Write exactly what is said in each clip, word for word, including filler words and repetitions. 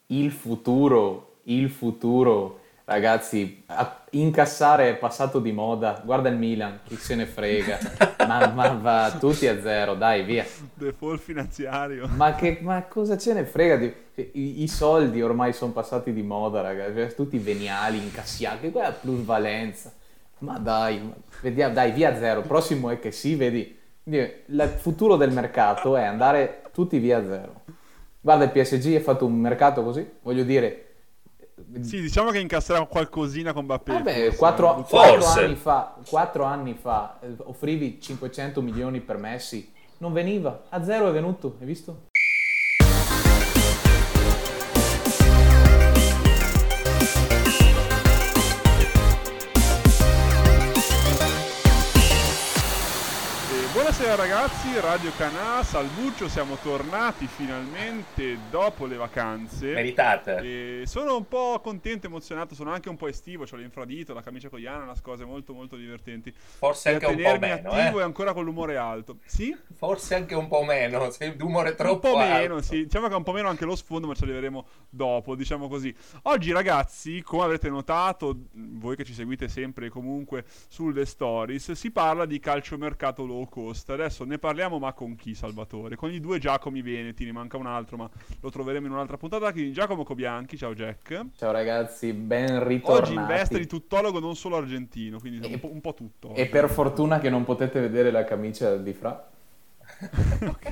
il futuro, il futuro, ragazzi, a- incassare è passato di moda, guarda il Milan, chi se ne frega, ma, ma va tutti a zero, dai, via. Default finanziario. Ma, che, ma cosa ce ne frega di... I, i soldi ormai sono passati di moda, ragazzi, cioè, tutti veniali, incassiati, quella plusvalenza. Ma dai, ma- vediamo, dai, via zero. Prossimo è che sì, vedi. Quindi, il futuro del mercato è andare tutti via zero. Guarda, il P S G ha fatto un mercato così, voglio dire, Sì, diciamo che incasserà qualcosina con Mbappé, vabbè, forse. eh, quattro, buttiamo quattro lì. anni Forse. fa, quattro anni fa eh, offrivi cinquecento milioni per Messi, non veniva, a zero è venuto, hai visto? Eh, buonasera ragazzi, Radio Canà, Salvuccio, siamo tornati finalmente dopo le vacanze. Meritate. E sono un po' contento, emozionato, sono anche un po' estivo, ho l'infradito, la camicia con gli ananas, cose molto molto divertenti. Forse Per anche un po' tenermi meno, attivo eh. e ancora con l'umore alto. Sì? Forse anche un po' meno, sei d'umore Un troppo po' meno, alto. sì. Diciamo che un po' meno anche lo sfondo, ma ci arriveremo dopo, diciamo così. Oggi, ragazzi, come avrete notato, voi che ci seguite sempre e comunque sulle stories, si parla di calciomercato low cost. Adesso ne parliamo, ma con chi, Salvatore? Con i due Giacomi Veneti, ne manca un altro, ma lo troveremo in un'altra puntata. Quindi Giacomo Cobianchi, ciao Jack. Ciao ragazzi, ben Oggi in veste di ritornati. tuttologo non solo argentino, quindi un E, po', un po' tutto e oggi. per fortuna che non potete vedere la camicia di Fra. Ok.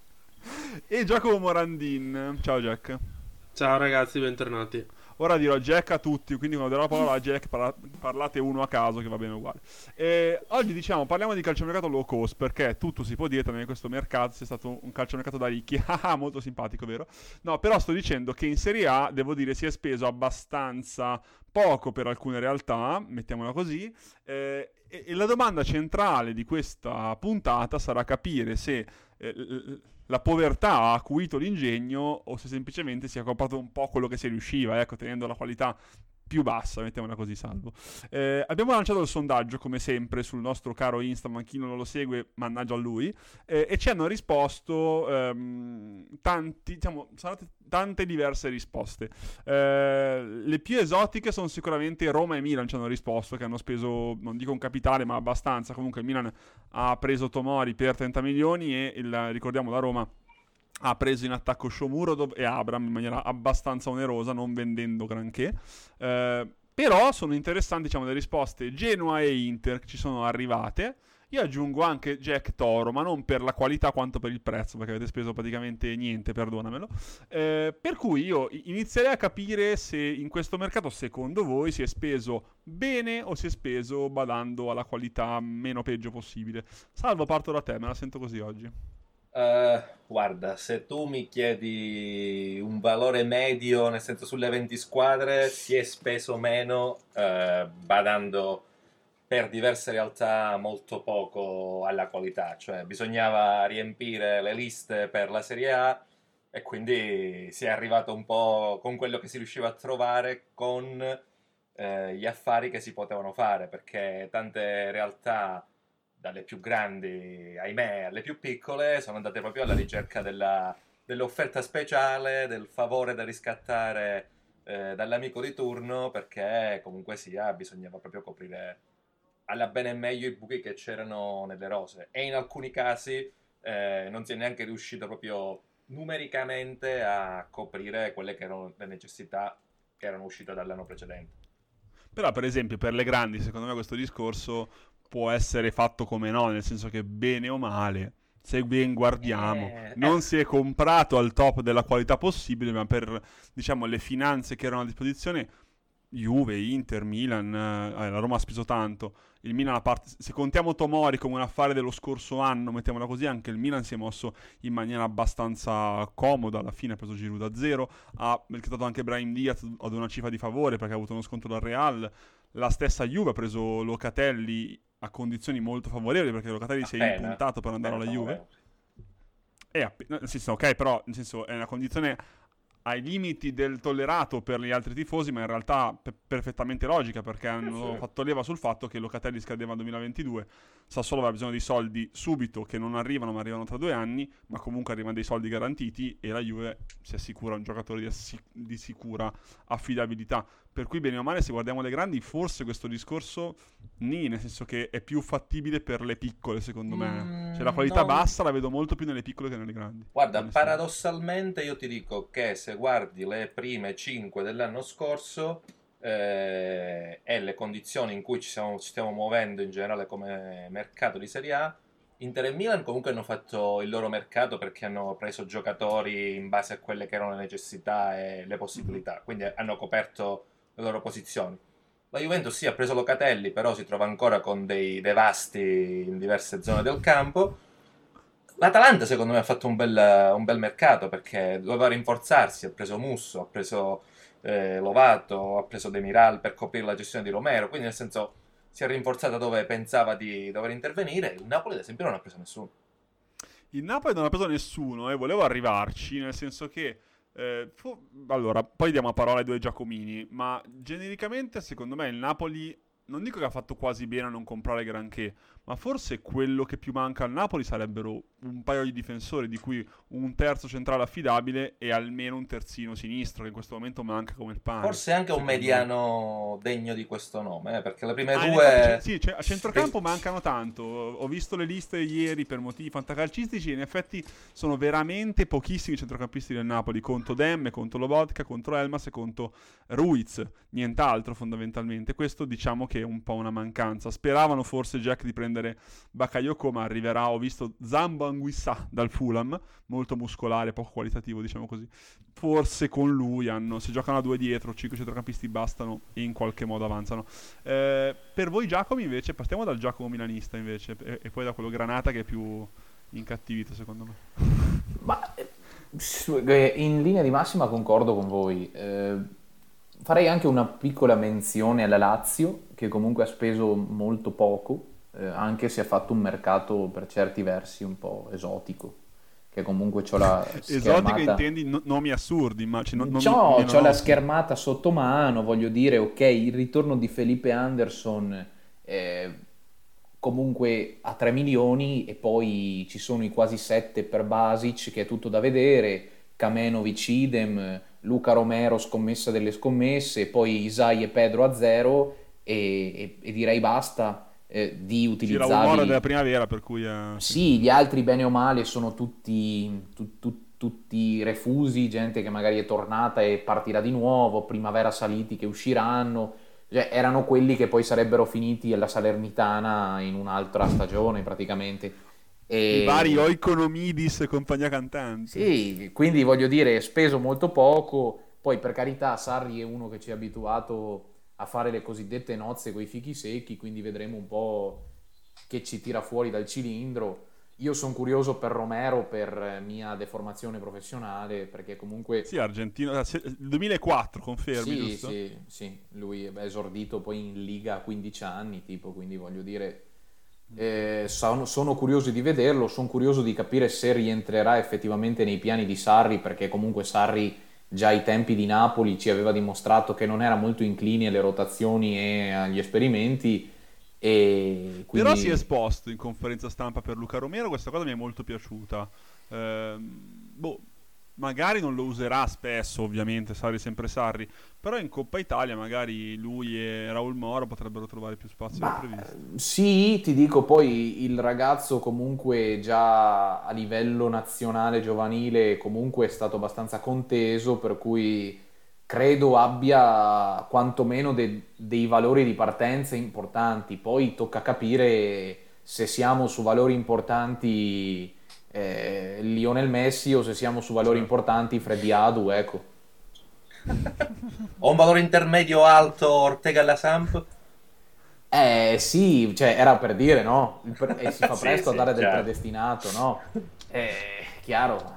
E Giacomo Morandin, ciao Jack. Ciao ragazzi, bentornati. Ora dirò Jack a tutti, quindi quando darò la parola a Jack parla- parlate uno a caso che va bene uguale. E oggi diciamo parliamo di calciomercato low cost perché tutto si può dire tranne che questo mercato sia stato un calciomercato da ricchi. Ah, molto simpatico, vero? No, però sto dicendo che in Serie A, devo dire, si è speso abbastanza poco per alcune realtà, mettiamola così, eh, e, e la domanda centrale di questa puntata sarà capire se eh, l- la povertà ha acuito l'ingegno o se semplicemente si è comprato un po' quello che si riusciva, ecco, tenendo la qualità più bassa, mettiamola così, Salvo. Eh, abbiamo lanciato il sondaggio, come sempre, sul nostro caro Instagram, chi non lo segue, mannaggia a lui, eh, e ci hanno risposto ehm, tanti, diciamo, sono state tante diverse risposte. Eh, le più esotiche sono sicuramente Roma e Milan, ci hanno risposto, che hanno speso, non dico un capitale, ma abbastanza. Comunque il Milan ha preso Tomori per trenta milioni e, il, ricordiamo, la Roma ha preso in attacco Shomurodov e Abram in maniera abbastanza onerosa, non vendendo granché. Eh, però sono interessanti, diciamo, le risposte Genoa e Inter che ci sono arrivate. Io aggiungo anche Jack Toro, ma non per la qualità quanto per il prezzo, perché avete speso praticamente niente, perdonamelo. Eh, per cui io inizierei a capire se in questo mercato, secondo voi, si è speso bene o si è speso badando alla qualità meno peggio possibile. Salvo, parto da te, me la sento così oggi. Eh, guarda, se tu mi chiedi un valore medio, nel senso sulle venti squadre, si è speso meno, eh, badando per diverse realtà molto poco alla qualità, cioè bisognava riempire le liste per la Serie A e quindi si è arrivato un po' con quello che si riusciva a trovare con eh, gli affari che si potevano fare, perché tante realtà, dalle più grandi, ahimè, alle più piccole, sono andate proprio alla ricerca della, dell'offerta speciale, del favore da riscattare eh, dall'amico di turno, perché comunque sia bisognava proprio coprire alla bene e meglio i buchi che c'erano nelle rose. E in alcuni casi eh, non si è neanche riuscito proprio numericamente a coprire quelle che erano le necessità che erano uscite dall'anno precedente. Però, per esempio, per le grandi, secondo me questo discorso può essere fatto come no, nel senso che bene o male, se ben guardiamo, Eh, eh, non si è comprato al top della qualità possibile, ma per, diciamo, le finanze che erano a disposizione, Juve, Inter, Milan, eh, la Roma ha speso tanto, il Milan a parte, se contiamo Tomori come un affare dello scorso anno, mettiamola così, anche il Milan si è mosso in maniera abbastanza comoda, alla fine ha preso Giroud da zero, ha mercato anche Brahim Diaz ad una cifra di favore perché ha avuto uno sconto dal Real, la stessa Juve ha preso Locatelli a condizioni molto favorevoli perché Locatelli si è appena, impuntato per andare appena alla Juve. favorevole. E app- nel senso, ok, però nel senso è una condizione ai limiti del tollerato per gli altri tifosi, ma in realtà pe- perfettamente logica, perché hanno sì. fatto leva sul fatto che Locatelli scadeva nel duemilaventidue, Sassuolo aveva bisogno di soldi subito, che non arrivano ma arrivano tra due anni, ma comunque arrivano dei soldi garantiti e la Juve si assicura un giocatore di, assi- di sicura affidabilità. Per cui bene o male, se guardiamo le grandi, forse questo discorso nì, nel senso che è più fattibile per le piccole, secondo me. Mm, Cioè la qualità non- bassa la vedo molto più nelle piccole che nelle grandi. Guarda, onestamente. paradossalmente io ti dico che se guardi le prime cinque dell'anno scorso eh, e le condizioni in cui ci, siamo- ci stiamo muovendo in generale come mercato di Serie A, Inter e Milan comunque hanno fatto il loro mercato perché hanno preso giocatori in base a quelle che erano le necessità e le possibilità, quindi hanno coperto le loro posizioni. La Juventus sì ha preso Locatelli, però si trova ancora con dei devasti in diverse zone del campo. L'Atalanta secondo me ha fatto un bel, un bel mercato perché doveva rinforzarsi, ha preso Musso, ha preso eh, Lovato, ha preso Demiral per coprire la gestione di Romero, quindi nel senso si è rinforzata dove pensava di dover intervenire. Il Napoli ad esempio non ha preso nessuno. Il Napoli non ha preso nessuno e volevo arrivarci, nel senso che eh, fu- allora, poi diamo a parola ai due Giacomini, ma genericamente secondo me il Napoli non dico che ha fatto quasi bene a non comprare granché, ma forse quello che più manca al Napoli sarebbero un paio di difensori, di cui un terzo centrale affidabile e almeno un terzino sinistro, che in questo momento manca come il pane. Forse anche un secondo me. mediano degno di questo nome, eh, perché le prime Ah, in due... effetti, sì, cioè, a centrocampo mancano tanto. Ho visto le liste ieri per motivi fantacalcistici e in effetti sono veramente pochissimi i centrocampisti del Napoli. Conto Demme, conto Lobotka, contro Elmas e conto Ruiz. Nient'altro fondamentalmente. Questo diciamo che è un po' una mancanza. Speravano forse Jack di prendere Bakayoko, ma arriverà, ho visto Zambo Anguissa dal Fulham, molto muscolare, poco qualitativo diciamo così. Forse con lui hanno, se giocano a due dietro, cinque centrocampisti bastano e in qualche modo avanzano. Eh, per voi Giacomo invece, partiamo dal Giacomo milanista invece e, e poi da quello Granata che è più incattivito secondo me. Ma eh, in linea di massima concordo con voi. Eh, farei anche una piccola menzione alla Lazio, che comunque ha speso molto poco, eh, anche se ha fatto un mercato per certi versi un po' esotico, che comunque c'ho la Esotico schermata... intendi no- nomi assurdi, ma cioè, no- nomi, C'ho, nomi c'ho la noti. schermata sotto mano, voglio dire, ok, il ritorno di Felipe Anderson eh, comunque a tre milioni e poi ci sono i quasi sette per Basic, che è tutto da vedere, Kamenovic idem, Luca Romero scommessa delle scommesse, poi Isai e Pedro a zero e, e- e direi basta eh, di Gira un'ora della utilizzabili. primavera per cui eh, sì. Sì, gli altri bene o male sono tutti, tu- tu- tutti refusi, gente che magari è tornata e partirà di nuovo, primavera saliti che usciranno, cioè, erano quelli che poi sarebbero finiti alla Salernitana in un'altra stagione praticamente. I vari E Oikonomidis e compagnia cantante. sì, quindi voglio dire, speso molto poco, poi per carità Sarri è uno che ci ha abituato a fare le cosiddette nozze con i fichi secchi, quindi vedremo un po' che ci tira fuori dal cilindro. Io sono curioso per Romero per mia deformazione professionale, perché comunque Sì, argentino, eh, se- duemilaquattro, confermi, sì, giusto? sì, sì, lui è esordito poi in Liga a quindici anni, tipo, quindi voglio dire, eh, sono, sono curioso di vederlo, sono curioso di capire se rientrerà effettivamente nei piani di Sarri, perché comunque Sarri già ai tempi di Napoli ci aveva dimostrato che non era molto incline alle rotazioni e agli esperimenti, e Però si è quindi esposto in conferenza stampa per Luca Romero, questa cosa mi è molto piaciuta. Ehm, boh, magari non lo userà spesso, ovviamente, Sarri è sempre Sarri, però in Coppa Italia magari lui e Raul Moro potrebbero trovare più spazio del ma previsto. sì, ti dico poi il ragazzo comunque già a livello nazionale giovanile comunque è stato abbastanza conteso, per cui credo abbia quantomeno de- dei valori di partenza importanti. Poi tocca capire se siamo su valori importanti eh, Lionel Messi o se siamo su valori Certo. importanti Freddy Adu, ecco. Ho un valore intermedio alto Ortega alla Samp? Eh sì, cioè era per dire, no? Il pre- e si fa Sì, presto a sì, dare del certo. predestinato, no? Eh, chiaro,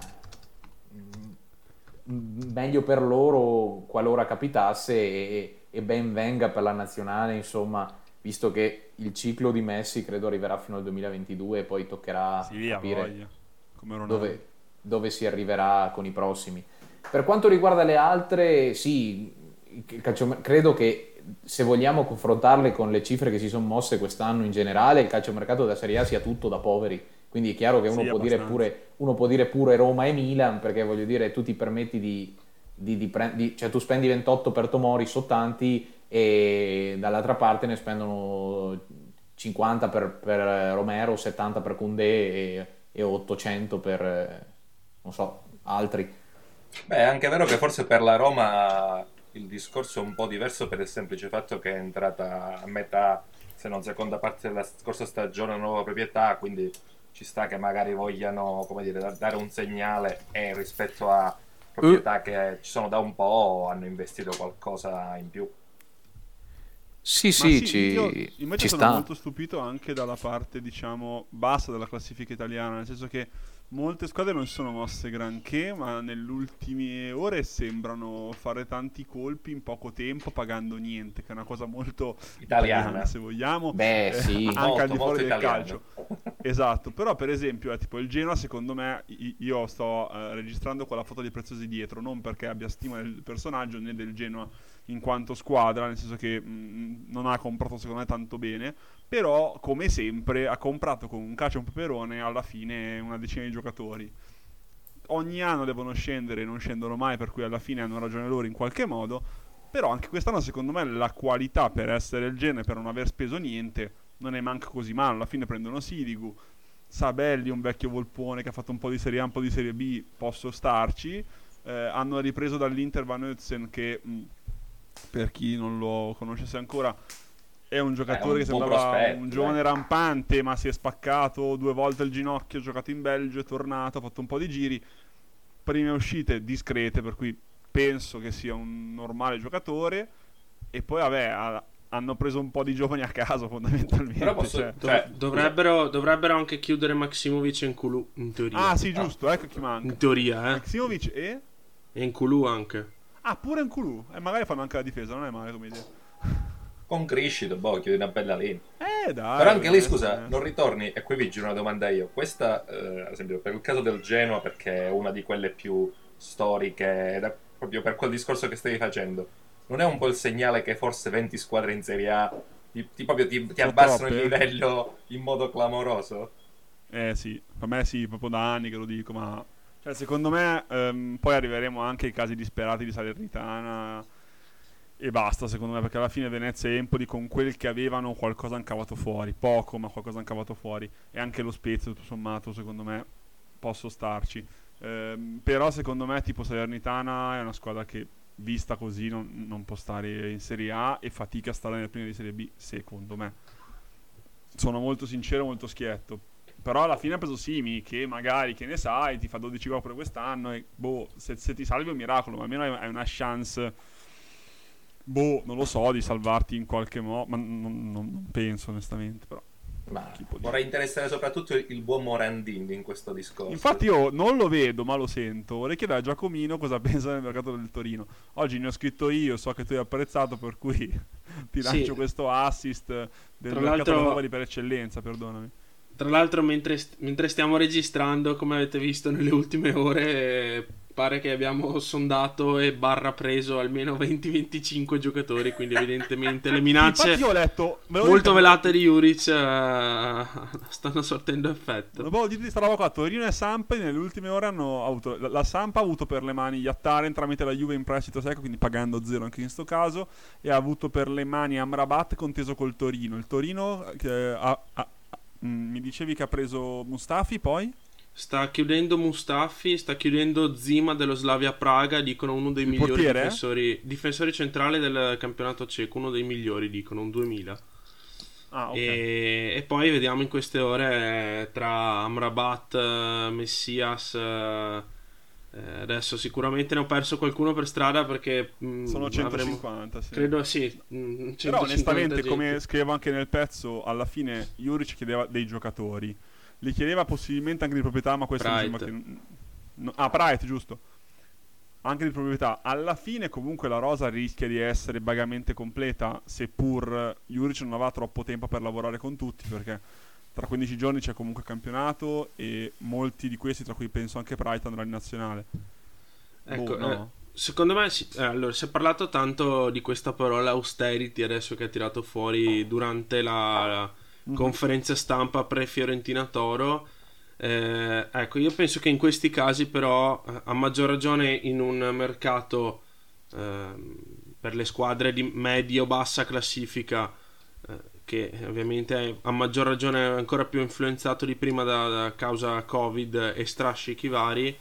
mm, meglio per loro qualora capitasse e, e ben venga per la nazionale, insomma, visto che il ciclo di Messi credo arriverà fino al duemilaventidue e poi toccherà Sì, ha capire voglia, come Ronaldo. dove, dove si arriverà con i prossimi. Per quanto riguarda le altre, sì, il calcio- credo che se vogliamo confrontarle con le cifre che si sono mosse quest'anno in generale, il calciomercato della Serie A sia tutto da poveri. Quindi è chiaro che uno, Sì, può dire abbastanza. pure, uno può dire pure Roma e Milan, perché voglio dire, tu ti permetti di, di- di pre- di- cioè tu spendi ventotto per Tomori, so tanti, e dall'altra parte ne spendono cinquanta per, per Romero, settanta per Koundé e, e ottocento per, eh, non so, altri. Beh, è anche vero che forse per la Roma il discorso è un po' diverso per il semplice fatto che è entrata a metà, se non seconda parte della scorsa stagione, una nuova proprietà, quindi ci sta che magari vogliano, come dire, da- dare un segnale e rispetto a Eh, proprietà che ci sono da un po' hanno investito qualcosa in più. Sì, Ma sì, sì, io ci, invece ci sono sta. molto stupito anche dalla parte, diciamo, bassa della classifica italiana, nel senso che molte squadre non si sono mosse granché, ma nelle ultime ore sembrano fare tanti colpi in poco tempo pagando niente, che è una cosa molto italiana, Italiana, se vogliamo, Beh, eh, sì. anche al molto di fuori molto del italiana. calcio. Esatto, però per esempio è tipo il Genoa, secondo me, i- io sto eh, registrando quella foto di Preziosi dietro, non perché abbia stima del personaggio né del Genoa in quanto squadra, nel senso che mh, non ha comprato secondo me tanto bene, però come sempre ha comprato con un cacio e un peperone alla fine una decina di giocatori. Ogni anno devono scendere, non scendono mai, per cui alla fine hanno ragione loro in qualche modo, però anche quest'anno secondo me la qualità per essere il genere, per non aver speso niente, non è manco così male. Alla fine prendono Sirigu, Sabelli, un vecchio volpone che ha fatto un po' di Serie A, un po' di Serie B, posso starci. Eh, hanno ripreso dall'Inter Van Özzen che, mh, per chi non lo conoscesse ancora, è un È giocatore un che buon sembrava prospetto, un dai. giovane rampante, ma si è spaccato due volte il ginocchio, ha giocato in Belgio, è tornato, ha fatto un po' di giri, prime uscite discrete, per cui penso che sia un normale giocatore. E poi vabbè, ha- hanno preso un po' di giovani a caso fondamentalmente. Però posso, cioè. Dov- cioè, dovrebbero, dovrebbero anche chiudere Maximovic e Nkulu, in teoria. Ah sì, Ah. giusto, ecco chi manca. In teoria, eh. Maximovic e... E Nkulu anche. Ah, pure un Kulu. E magari fanno anche la difesa, non è male come idea. con Criscito, boh, chiudi una bella linea. Eh dai. Però anche lì, eh, scusa, eh. non ritorni, e qui vi giro una domanda io. Questa, eh, ad esempio, per il caso del Genoa, perché è una di quelle più storiche, ed è proprio per quel discorso che stavi facendo, non è un po' il segnale che forse venti squadre in Serie A ti, ti, proprio ti, ti Sono abbassano il troppe? livello in modo clamoroso? Eh sì, per me sì, proprio da anni che lo dico, ma... Cioè, secondo me, ehm, poi arriveremo anche ai casi disperati di Salernitana e basta, secondo me, perché alla fine Venezia e Empoli con quel che avevano qualcosa han cavato fuori, poco, ma qualcosa han cavato fuori. E anche lo Spezia, tutto sommato, secondo me, posso starci. Ehm, però secondo me, tipo Salernitana è una squadra che, vista così, non, non può stare in Serie A e fatica a stare nel primo di Serie B, secondo me. Sono molto sincero, molto schietto. Però alla fine ha preso Simi, che magari, che ne sai, ti fa dodici gol per quest'anno e boh, se, se ti salvi è un miracolo, ma almeno hai hai una chance, boh, non lo so, di salvarti in qualche modo, ma non, non- non penso onestamente, però Ma chi può dire. Vorrei interessare soprattutto il, il buon Morandini in questo discorso. Infatti io non lo vedo, ma lo sento. Vorrei chiedere a Giacomino cosa pensa del mercato del Torino. Oggi ne ho scritto io, so che tu hai apprezzato, per cui ti Sì. lancio questo assist del Tra mercato l'altro- dei poveri per eccellenza, perdonami. Tra l'altro, mentre, st- mentre stiamo registrando, come avete visto nelle ultime ore, eh, pare che abbiamo sondato e barra preso almeno venti venticinque giocatori. Quindi, evidentemente, le minacce Infatti io ho letto, me lo molto dico- velate di Juric eh, stanno sortendo effetto. Dovevo dirti sta roba qua, Torino e Samp nelle ultime ore hanno avuto, la, la Samp ha avuto per le mani Yattaren tramite la Juve in prestito secco, quindi pagando zero anche in sto caso, e ha avuto per le mani Amrabat conteso col Torino. Il Torino che ha, ha- ha- mm, mi dicevi che ha preso Mustafi, poi? Sta chiudendo Mustafi, sta chiudendo Zima dello Slavia Praga, dicono uno dei Il migliori portiere? difensori, difensori centrali del campionato ceco, uno dei migliori, dicono, un duemila. Ah, ok. E, e poi vediamo in queste ore eh, tra Amrabat, eh, Messias. eh, eh, adesso sicuramente ne ho perso qualcuno per strada perché mh, Sono avremo- centocinquanta, sì. credo sì. mh, Però centocinquanta onestamente, gente. come scrivevo anche nel pezzo, alla fine Juric chiedeva dei giocatori. Li chiedeva possibilmente anche di proprietà, ma questo mi Bright. sembra che... no- ah, Bright, giusto. Anche di proprietà. Alla fine comunque la rosa rischia di essere vagamente completa, seppur Juric non aveva troppo tempo per lavorare con tutti, perché tra quindici giorni c'è comunque campionato e molti di questi, tra cui penso anche Bright, andrà in nazionale. Ecco, Boh, no. eh, secondo me sì. Eh, allora, si è parlato tanto di questa parola austerity adesso che ha tirato fuori durante la, la Mhm. conferenza stampa pre-Fiorentina Toro. Eh, ecco, io penso che in questi casi però, eh, a maggior ragione in un mercato ehm, per le squadre di medio-bassa classifica, eh, che ovviamente è a maggior ragione ancora più influenzato di prima da, da causa Covid e strascichi vari.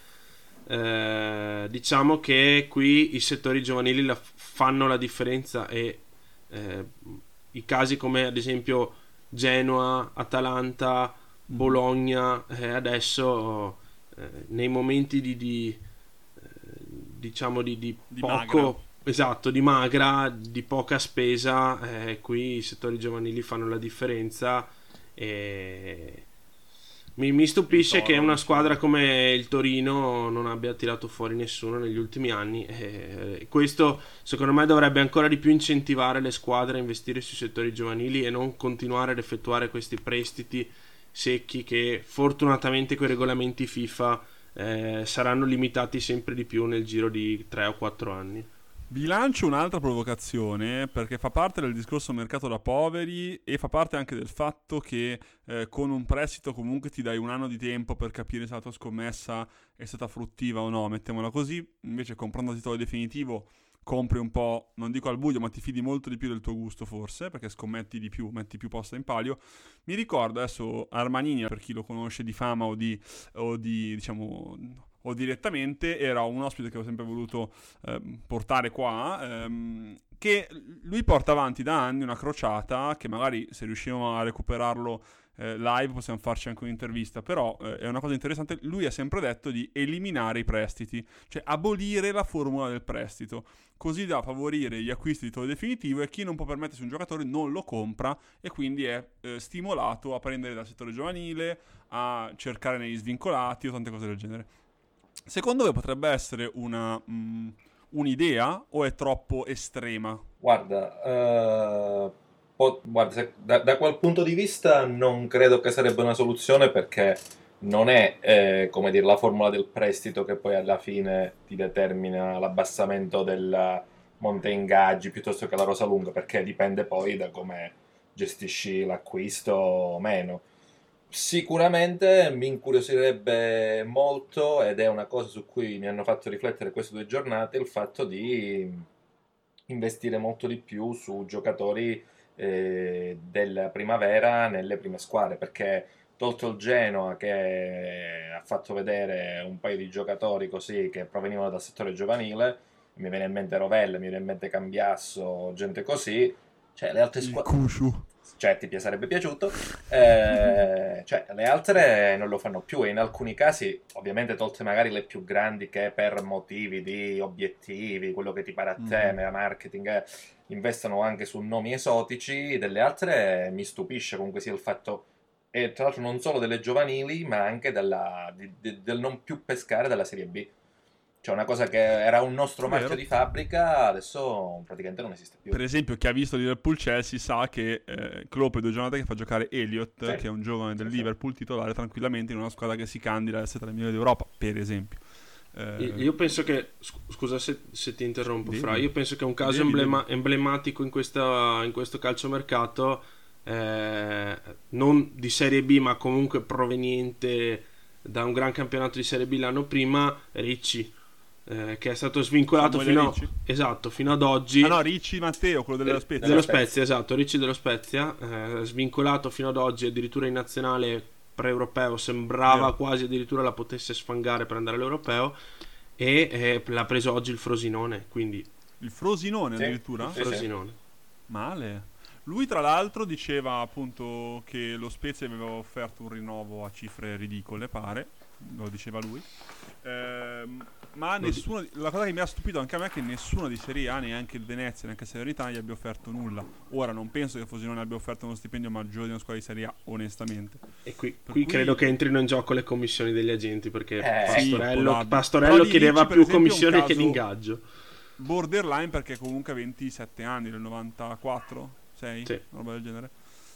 Eh, diciamo che qui i settori giovanili la f- fanno la differenza e eh, i casi come ad esempio Genoa, Atalanta, Bologna, eh, adesso eh, nei momenti di, di eh, diciamo di, di Di poco magra. esatto, di magra, di poca spesa, eh, qui i settori giovanili fanno la differenza e mi, mi stupisce Il che Toro, una diciamo. squadra come il Torino non abbia tirato fuori nessuno negli ultimi anni. E questo secondo me dovrebbe ancora di più incentivare le squadre a investire sui settori giovanili e non continuare ad effettuare questi prestiti secchi che fortunatamente con i regolamenti FIFA eh, saranno limitati sempre di più nel giro di tre o quattro anni. Vi lancio un'altra provocazione perché fa parte del discorso mercato da poveri e fa parte anche del fatto che eh, con un prestito comunque ti dai un anno di tempo per capire se la tua scommessa è stata fruttiva o no, mettiamola così. Invece comprando a titolo definitivo compri un po', non dico al buio, ma ti fidi molto di più del tuo gusto forse, perché scommetti di più, metti più posta in palio. Mi ricordo adesso Armanini, per chi lo conosce di fama o di, o di diciamo... o direttamente, era un ospite che ho sempre voluto eh, portare qua, ehm, che lui porta avanti da anni una crociata che magari se riusciamo a recuperarlo eh, live possiamo farci anche un'intervista, però eh, è una cosa interessante. Lui ha sempre detto di eliminare i prestiti, cioè abolire la formula del prestito, così da favorire gli acquisti di titolo definitivo e chi non può permettersi un giocatore non lo compra e quindi è eh, stimolato a prendere dal settore giovanile, a cercare negli svincolati o tante cose del genere. Secondo voi potrebbe essere una, mm, un'idea o è troppo estrema? Guarda, eh, po- guarda, se- da, da quel punto di vista non credo che sarebbe una soluzione perché non è, eh, come dire, la formula del prestito che poi alla fine ti determina l'abbassamento del monte ingaggi piuttosto che la rosa lunga, perché dipende poi da come gestisci l'acquisto o meno. Sicuramente mi incuriosirebbe molto, ed è una cosa su cui mi hanno fatto riflettere queste due giornate, il fatto di investire molto di più su giocatori eh, della primavera nelle prime squadre, perché tolto il Genoa che ha fatto vedere un paio di giocatori così che provenivano dal settore giovanile, mi viene in mente Rovella, mi viene in mente Cambiasso, gente così, cioè le altre Il squadre, Cusciu. cioè ti sarebbe piaciuto, eh, cioè le altre non lo fanno più e in alcuni casi, ovviamente tolte magari le più grandi che per motivi di obiettivi, quello che ti pare a te, Mhm. ma marketing, eh, investono anche su nomi esotici, delle altre mi stupisce comunque sia il fatto, e tra l'altro non solo delle giovanili, ma anche della, di- di- del non più pescare della Serie B. Cioè una cosa che era un nostro marchio Vero. di fabbrica, adesso praticamente non esiste più. Per esempio, chi ha visto Liverpool-Chelsea sa che eh, Klopp è due giornate che fa giocare Elliott, Sì. che è un giovane del Sì, sì. Liverpool titolare, tranquillamente in una squadra che si candida ad essere tra le migliori d'Europa, per esempio. Eh, Io penso che, scu- scusa se, se ti interrompo, Devi. Fra, io penso che un caso Devi, emblema- devi. emblematico in, questa, in questo calciomercato, eh, non di Serie B, ma comunque proveniente da un gran campionato di Serie B l'anno prima, Ricci, eh, che è stato svincolato Samuele fino, a- Ricci? esatto, fino ad oggi. Ah no, Ricci Matteo, quello dello Eh, Spezia. dello Spezia. Spezia, esatto, Ricci dello Spezia, eh, svincolato fino ad oggi, addirittura in nazionale pre-europeo, sembrava Vero. quasi addirittura la potesse sfangare per andare all'europeo e eh, l'ha preso oggi il Frosinone, quindi Il Frosinone Sì. addirittura? Sì, sì. Frosinone. Male. Lui tra l'altro diceva appunto che lo Spezia aveva offerto un rinnovo a cifre ridicole, pare, lo diceva lui. Ehm, ma Lo nessuno, la cosa che mi ha stupito anche a me è che nessuno di Serie A, neanche il Venezia, neanche il Salernitana gli abbia offerto nulla. Ora non penso che Frosinone abbia offerto uno stipendio maggiore di una squadra di Serie A, onestamente. E qui, Per qui cui- credo che entrino in gioco le commissioni degli agenti perché Eh, sì, Pastorello, probabile. Pastorello Però di chiedeva Ricci, per più esempio, è un commissione che caso- l'ingaggio. Borderline perché comunque ha ventisette anni, del novantaquattro, sei, Sì. una roba del genere.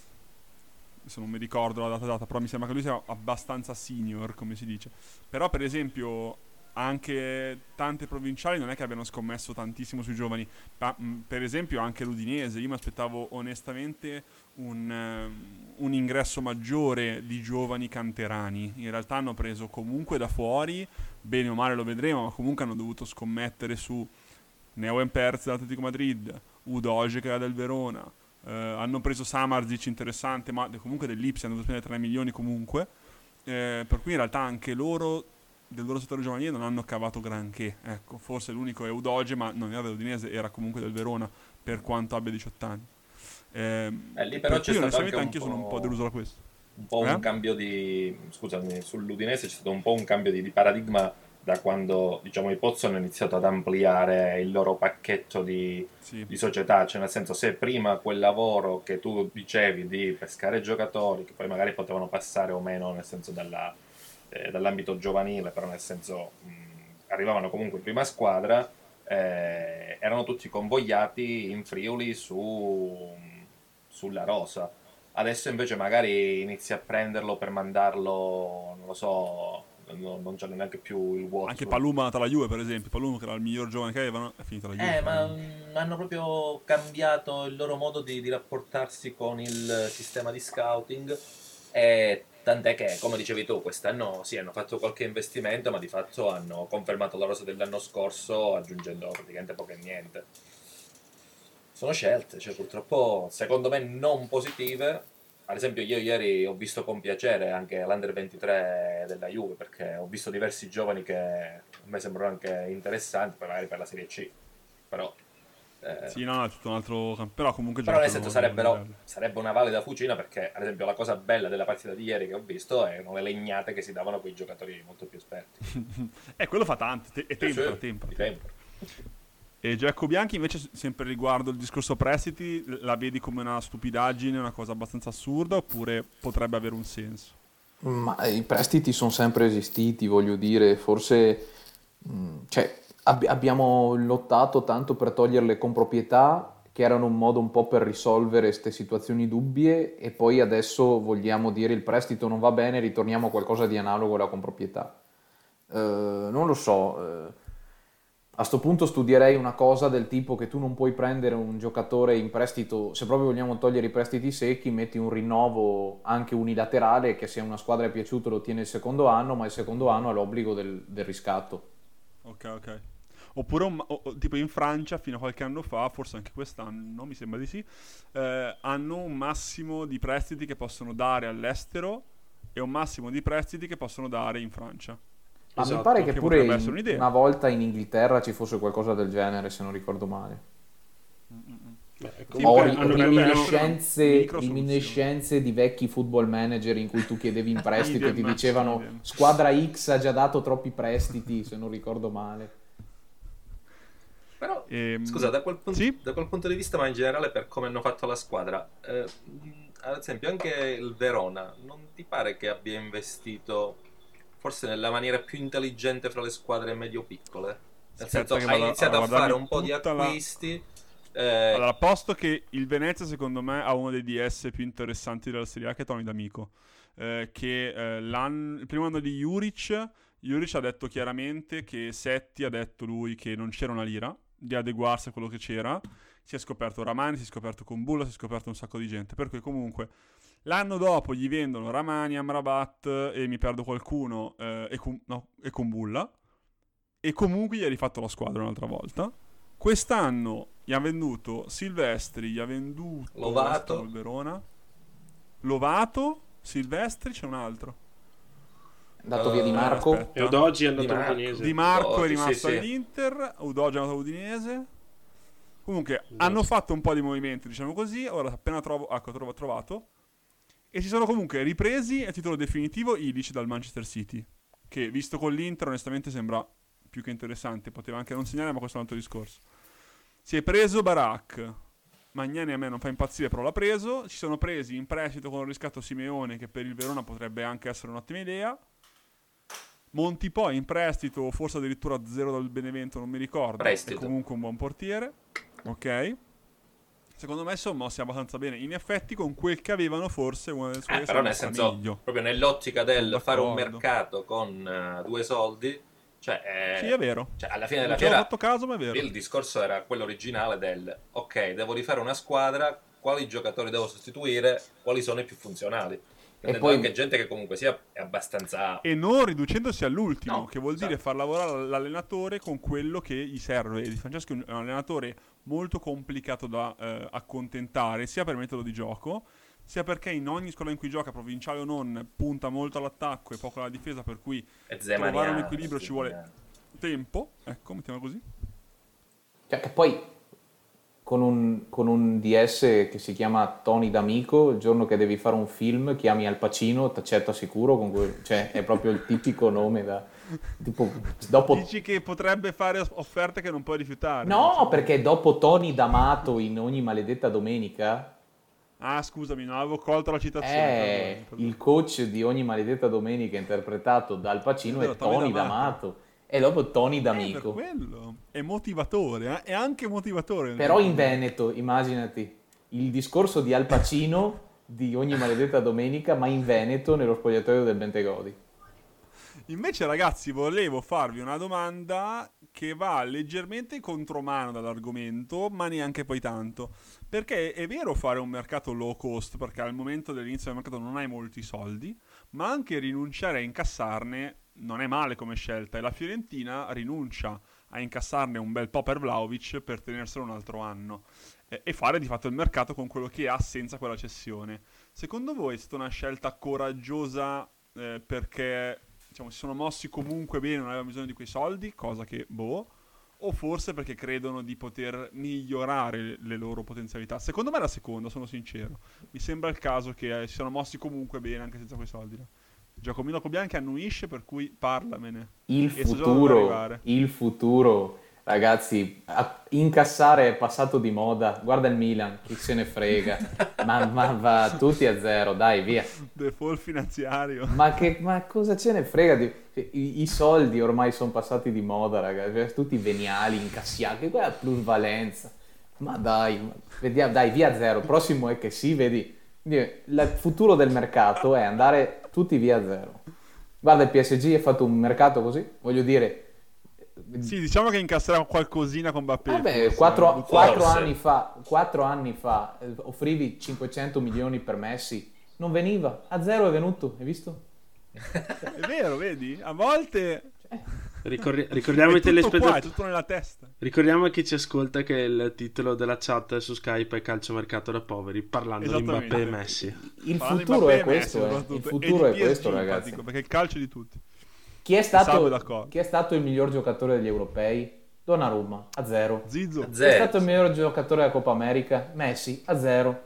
Adesso non mi ricordo la data data, però mi sembra che lui sia abbastanza senior, come si dice. Però per esempio anche tante provinciali non è che abbiano scommesso tantissimo sui giovani. Ma, mh, per esempio anche l'Udinese, io mi aspettavo onestamente un, um, un ingresso maggiore di giovani canterani. In realtà hanno preso comunque da fuori, bene o male lo vedremo, ma comunque hanno dovuto scommettere su Neuen Perz dell'Atletico Madrid, Udoge che era del Verona, eh, hanno preso Samardzic interessante, ma comunque dell'Ipsia hanno dovuto spendere tre milioni comunque, eh, per cui in realtà anche loro del loro settore giovanile non hanno cavato granché. Ecco, forse l'unico è Udoge, ma non era dell'Udinese, era comunque del Verona, per quanto abbia diciotto anni. Eh, eh, lì però per c'è cui stato onestamente anche anch'io un sono un po' po', deluso da questo. un po' Eh? un cambio di, scusami, sull'Udinese c'è stato un po' un cambio di, di paradigma da quando, diciamo, i Pozzo hanno iniziato ad ampliare il loro pacchetto di, Sì. di società, cioè nel senso, se prima quel lavoro che tu dicevi di pescare giocatori, che poi magari potevano passare o meno nel senso dalla, eh, dall'ambito giovanile, però nel senso mh, arrivavano comunque in prima squadra, eh, erano tutti convogliati in Friuli su, sulla rosa. Adesso invece magari inizi a prenderlo per mandarlo, non lo so, non, non c'è neanche più il vuoto. Anche Paluma è andata alla Juve, per esempio. Paluma, che era il miglior giovane che avevano, è finito alla Juve. Eh, ma mh, hanno proprio cambiato il loro modo di, di rapportarsi con il sistema di scouting, e tant'è che, come dicevi tu, quest'anno sì, hanno fatto qualche investimento, ma di fatto hanno confermato la rosa dell'anno scorso aggiungendo praticamente poco e niente. Sono scelte, cioè purtroppo secondo me non positive. Ad esempio io ieri ho visto con piacere anche l'Under ventitré della Juve, perché ho visto diversi giovani che a me sembrano anche interessanti, poi magari per la Serie C, però eh, sì, no, no, è tutto un altro campo. Però comunque però nel giocano senso sarebbero, livello. sarebbe una valida fucina, perché ad esempio la cosa bella della partita di ieri che ho visto erano le legnate che si davano con i giocatori molto più esperti. Eh, quello fa tanto, te- e tempera, Sì, tempera. di tempo. E Giacomo Bianchi invece, sempre riguardo il discorso prestiti, la vedi come una stupidaggine, una cosa abbastanza assurda, oppure potrebbe avere un senso? Ma i prestiti sono sempre esistiti, voglio dire, forse mh, cioè, ab- abbiamo lottato tanto per togliere le comproprietà, che erano un modo un po' per risolvere queste situazioni dubbie, e poi adesso vogliamo dire il prestito non va bene, ritorniamo a qualcosa di analogo alla comproprietà. Eh, non lo so, eh, a sto punto studierei una cosa del tipo che tu non puoi prendere un giocatore in prestito, se proprio vogliamo togliere i prestiti secchi, metti un rinnovo anche unilaterale, che se a una squadra è piaciuto lo tiene il secondo anno, ma il secondo anno ha l'obbligo del, del riscatto. Ok, ok. Oppure un- o- o- tipo in Francia fino a qualche anno fa, forse anche quest'anno, mi sembra di sì, eh, hanno un massimo di prestiti che possono dare all'estero e un massimo di prestiti che possono dare in Francia. Ma mi Esatto, pare che che pure potrebbe in- essere un'idea. una volta in Inghilterra ci fosse qualcosa del genere, se non ricordo male. Beh, Sì, comunque Ho beh, ri- hanno potrebbe più o meno- essere reminiscenze, una micro reminiscenze di vecchi football manager in cui tu chiedevi in prestito e ti Idem, dicevano idem. squadra X ha già dato troppi prestiti, se non ricordo male. Però, Ehm, scusa, da quel, punto, sì? da quel punto di vista, ma in generale per come hanno fatto la squadra, eh, mh, ad esempio anche il Verona, non ti pare che abbia investito forse nella maniera più intelligente fra le squadre medio-piccole? Nel Aspetta senso, che ha vado iniziato a a fare guardarmi un po' di tutta la- acquisti. eh, Allora, posto che il Venezia secondo me ha uno dei D S più interessanti della Serie A, che è Tony D'Amico, eh, che eh, l'anno- il primo anno di Juric, Juric ha detto chiaramente che Setti ha detto lui che non c'era una lira di adeguarsi a quello che c'era. Si è scoperto Ramani, si è scoperto Kumbulla, si è scoperto un sacco di gente, per cui comunque l'anno dopo gli vendono Ramani, Amrabat e mi perdo qualcuno, eh, e, Kum- no, e Kumbulla, e comunque gli ha rifatto la squadra un'altra volta. Quest'anno gli ha venduto Silvestri, gli ha venduto Lovato. il Verona, Lovato, Silvestri, c'è un altro. Dato via Di Eh, Marco, aspetta. E Odogi è andato Di Marco. all'Udinese. Di Marco Udogi, è rimasto sì, sì. all'Inter, Udogi è andato all'Udinese. Comunque Esatto. hanno fatto un po' di movimenti, diciamo così. Ora appena trovo, ecco, trovo, trovato. E si sono comunque ripresi a titolo definitivo Ilic dal Manchester City, che visto con l'Inter onestamente sembra più che interessante. Poteva anche non segnare, ma questo è un altro discorso. Si è preso Barak. Magnani a me non fa impazzire, però l'ha preso. Si sono presi in prestito con il riscatto Simeone, che per il Verona potrebbe anche essere un'ottima idea. Montipò in prestito, forse addirittura a zero dal Benevento, non mi ricordo. Prestito. È comunque un buon portiere. Ok. Secondo me sono mossi abbastanza bene. In effetti, con quel che avevano, forse una delle eh, squadre però nel messa senso, meglio. proprio nell'ottica del Sono fare un d'accordo. mercato con eh, due soldi, Cioè, eh, Sì, è vero. cioè, alla fine Non della ci avevo fiera fatto caso, ma è vero. il discorso era quello originale del ok, devo rifare una squadra, quali giocatori devo sostituire, quali sono i più funzionali. Prendendo poi- anche gente che comunque sia è abbastanza... E non riducendosi all'ultimo, No, che vuol dire esatto. far lavorare l'allenatore con quello che gli serve. Di Francesco è un allenatore molto complicato da eh, accontentare, sia per metodo di gioco, sia perché in ogni scuola in cui gioca, provinciale o non, punta molto all'attacco e poco alla difesa, per cui È trovare un zemaniano, equilibrio ci vuole zemaniano. tempo, ecco, mettiamo così. Cioè, che poi con un, con un D S che si chiama Tony D'Amico, il giorno che devi fare un film, chiami Al Pacino, t'accetta sicuro, con quel- cioè è proprio il tipico nome da... Tipo, dopo... Dici che potrebbe fare offerte che non puoi rifiutare. No, diciamo. perché dopo Tony D'Amato in ogni maledetta domenica Ah, scusami, non avevo colto la citazione. è perdonami, perdonami. il coach di ogni maledetta domenica interpretato dal Pacino È vero, è Tony Tony D'Amato. D'Amato. E dopo Tony Eh, per D'Amico. quello. È motivatore, eh? È anche motivatore. Però in Veneto, immaginati, il discorso di Al Pacino di ogni maledetta domenica, ma in Veneto, nello spogliatoio del Bentegodi. Invece, ragazzi, volevo farvi una domanda che va leggermente in contromano dall'argomento, ma neanche poi tanto. Perché è vero fare un mercato low cost, perché al momento dell'inizio del mercato non hai molti soldi, ma anche rinunciare a incassarne non è male come scelta. E la Fiorentina rinuncia a incassarne un bel po' per Vlahovic per tenerselo un altro anno. Eh, e fare di fatto il mercato con quello che ha senza quella cessione. Secondo voi è stata una scelta coraggiosa eh, perché... diciamo, si sono mossi comunque bene, non avevano bisogno di quei soldi, cosa che, boh, o forse perché credono di poter migliorare le loro potenzialità? Secondo me è la seconda, sono sincero. Mi sembra il caso che eh, si sono mossi comunque bene anche senza quei soldi. No? Giacomino Cobianchi annuisce, per cui parlamene. Il E so già dove futuro, arrivare. il futuro, ragazzi, a- incassare è passato di moda. Guarda il Milan, chi se ne frega. Ma, ma va tutti a zero, dai, via. Default finanziario. Ma, che, ma cosa ce ne frega di... I, i soldi ormai sono passati di moda, ragazzi, cioè, tutti veniali, incassiati, quella è plusvalenza. Ma dai, ma- vediamo, dai, via zero. Prossimo è che sì, vedi, il futuro del mercato è andare tutti via zero. Guarda, il P S G ha fatto un mercato così, voglio dire... Sì, diciamo che incasserà qualcosina con Mbappé. Vabbè, forse, quattro, eh. quattro Forse. anni fa, quattro anni fa eh, offrivi cinquecento milioni per Messi, non veniva, a zero è venuto, hai visto? È vero, vedi? A volte... Ricordi- è ricordiamo ai tutto qua, è telespettatori. tutto nella testa. Ricordiamo a chi ci ascolta che il titolo della chat su Skype è Calciomercato da poveri, parlando di Esattamente. Mbappé e Messi. Il Parlando di futuro Mbappé è e Messi, questo, eh. il soprattutto, futuro e è di P S G questo, in ragazzi. pratica, perché il calcio è di tutti. Chi è Salve stato, d'accordo. chi è stato il miglior giocatore degli europei? Donnarumma, a zero. Zizzo. Chi è Zero. stato il miglior giocatore della Coppa America? Messi, a zero.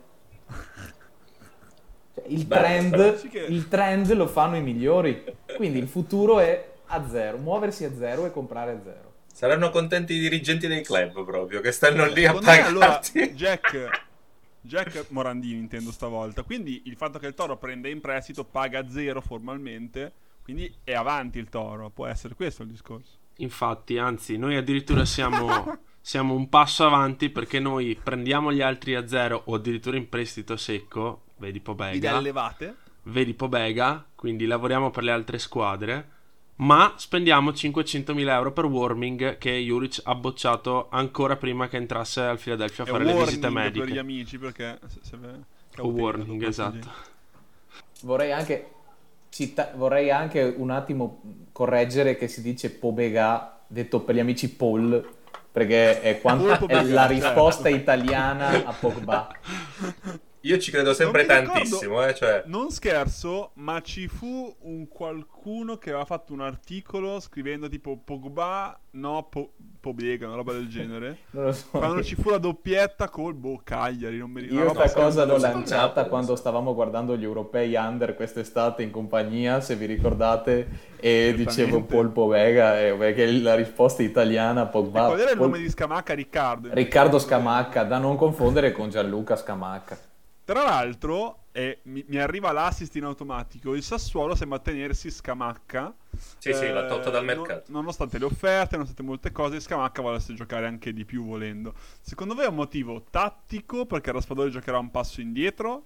Cioè, il, Beh, trend, sì che- il trend lo fanno i migliori, quindi il futuro è a zero, muoversi a zero e comprare a zero. Saranno contenti i dirigenti dei club proprio, che stanno lì a Secondo me, allora, pagarti. Jack, Jack Morandini intendo stavolta. Quindi il fatto che il Toro prenda in prestito paga zero formalmente, quindi è avanti il Toro. Può essere questo il discorso. Infatti, anzi, noi addirittura siamo, siamo un passo avanti perché noi prendiamo gli altri a zero o addirittura in prestito secco, vedi Idee Pobega, allevate. vedi Pobega, quindi lavoriamo per le altre squadre, ma spendiamo cinquecentomila euro per Warming che Juric ha bocciato ancora prima che entrasse al Philadelphia a È fare le visite warning per gli mediche. amici perché se, se ve- O cautela, warning, dopo esatto. così. Vorrei anche, cita- vorrei anche un attimo correggere che si dice Pobega, detto per gli amici Paul, perché è, quanto- Paul è Pobega, la certo. risposta italiana a Pogba. Io ci credo sempre Non mi ricordo- tantissimo, eh, cioè... Non scherzo, ma ci fu un qualcuno che aveva fatto un articolo scrivendo tipo Pogba, no, po- Pobega, una roba del genere. Non lo so. Quando ci fu la doppietta col boh, Cagliari, non mi ricordo. Io una roba sta cosa l'ho secondo- lanciata Napoli, quando so. stavamo guardando gli europei under quest'estate in compagnia, se vi ricordate, e Certamente. dicevo Paul Pobega, eh, perché la risposta italiana a Pogba. Qual era il Paul- nome di Scamacca? Riccardo. Riccardo Scamacca, da non confondere con Gianluca Scamacca. Tra l'altro, eh, mi, mi arriva l'assist in automatico. Il Sassuolo sembra tenersi Scamacca. Sì, sì, l'ha tolto dal no- mercato. nonostante le offerte, nonostante molte cose, Scamacca volesse giocare anche di più volendo. Secondo voi è un motivo tattico perché Raspadori giocherà un passo indietro?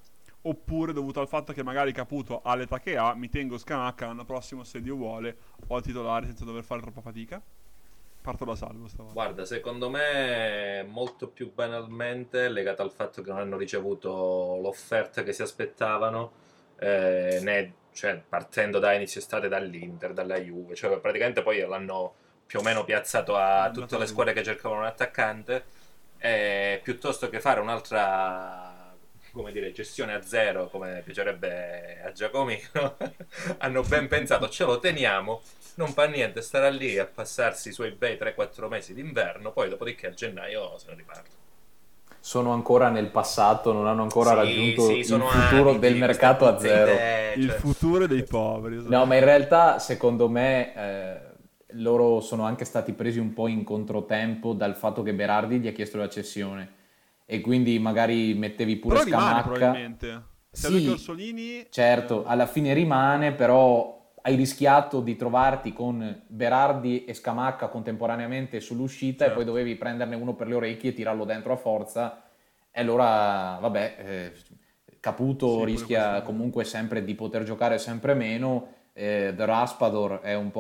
oppure dovuto al fatto che magari Caputo all'età che ha, mi tengo Scamacca, l'anno prossimo se Dio vuole ho il titolare senza dover fare troppa fatica? Parto da Salvo stavolta. Guarda, secondo me molto più banalmente legato al fatto che non hanno ricevuto l'offerta che si aspettavano, eh, né, cioè, partendo da inizio estate dall'Inter, dalla Juve, cioè praticamente poi l'hanno più o meno piazzato a tutte le squadre che cercavano un attaccante, e piuttosto che fare un'altra, come dire, gestione a zero come piacerebbe a Giacomino, hanno ben pensato, ce lo teniamo, non fa niente, starà lì a passarsi i suoi bei tre quattro mesi d'inverno, poi dopodiché a gennaio se ne riparta. Sono ancora nel passato, non hanno ancora Sì, raggiunto sì, il sono futuro abiti, del mercato a queste zero. idee, Il cioè- futuro dei poveri. esatto. No, ma in realtà secondo me eh, loro sono anche stati presi un po' in controtempo dal fatto che Berardi gli ha chiesto la cessione e quindi magari mettevi pure Però rimane Scamacca. probabilmente. Se Sì, lui che Orsolini... certo, alla fine rimane, però hai rischiato di trovarti con Berardi e Scamacca contemporaneamente sull'uscita Certo. e poi dovevi prenderne uno per le orecchie e tirarlo dentro a forza. E allora, vabbè, eh, Caputo Sì, pure rischia questo. comunque sempre di poter giocare sempre meno. Eh, The Raspador è un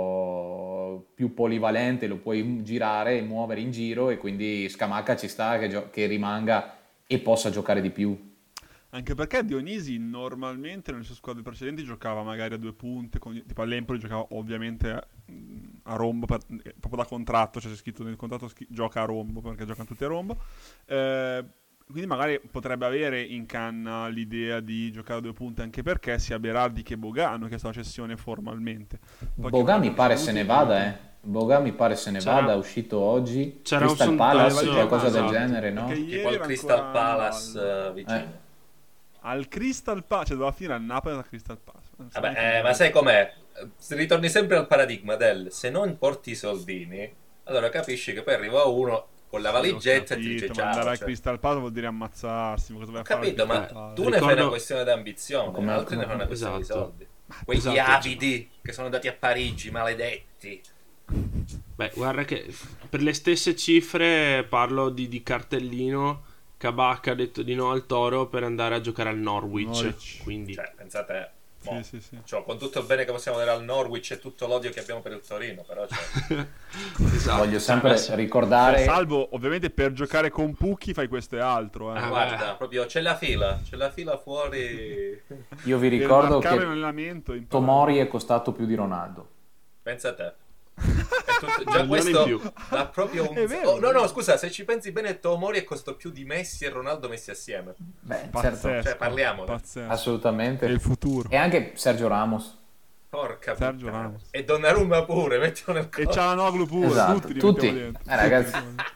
po' più polivalente, lo puoi girare e muovere in giro e quindi Scamacca ci sta che, gio- che rimanga e possa giocare di più. Anche perché Dionisi normalmente nelle sue squadre precedenti giocava magari a due punte, con- tipo all'Empoli giocava ovviamente mh, a rombo, per- eh, proprio da contratto, cioè c'è scritto nel contratto schi- gioca a rombo, perché giocano tutti a rombo. Eh, quindi magari potrebbe avere in canna l'idea di giocare a due punte, anche perché sia Berardi che Boga hanno chiesto la cessione formalmente. Poi Boga che mi pare se ne vada, eh. Boga mi pare se ne C'era- vada, è uscito oggi. c'era un Crystal sondaggio- Palace, Esatto. qualcosa del esatto. genere, no? Perché ieri tipo il era Crystal ancora Palace al- eh, vicino. Eh. Al Crystal Palace, cioè doveva finire al Napoli da Crystal Palace. Non so neanche Vabbè, eh, come- ma sai com'è? Se ritorni sempre al paradigma del se non porti i soldini, allora capisci che poi arriva uno con la Sì, ho valigetta e ti capito, dice ma ciao. andare al cioè. Crystal Palace vuol dire ammazzarsi. Ma cosa vai Ho a fare al capito, ma Crystal Palace? tu ne fai Ricordo- una questione d'ambizione, Come- altri ne come- fanno una questione esatto. di soldi. Quegli Esatto, avidi che sono andati a Parigi, maledetti. Beh, guarda che f- per le stesse cifre parlo di, di cartellino. Kabak ha detto di no al Toro per andare a giocare al Norwich. Norwich. Quindi Cioè, pensate, mo, Sì, sì, sì. cioè, con tutto il bene che possiamo dare al Norwich e tutto l'odio che abbiamo per il Torino, però cioè, esatto. Voglio sempre Adesso- ricordare... Salvo, ovviamente, per giocare con Pucchi fai questo e altro. Eh. Ah, guarda, proprio c'è la fila, c'è la fila fuori. Io vi Per ricordo marcare che l'allenamento imparare. Tomori è costato più di Ronaldo. Pensa a te. È tutto- già Un milione questo in più. dà proprio un... È vero, Oh, no, è vero. no, scusa, se ci pensi bene, Tomori costò più di Messi e Ronaldo messi assieme. Beh, Pazzesco. certo, Cioè, parliamone. Pazzesco. È assolutamente. il futuro. E anche Sergio Ramos. Porca Sergio puttana. Ramos. E Donnarumma pure, mettilo nel E coso. Cialanoglu pure. Esatto, Tutti, li tutti. mettiamo dentro. Eh, ragazzi.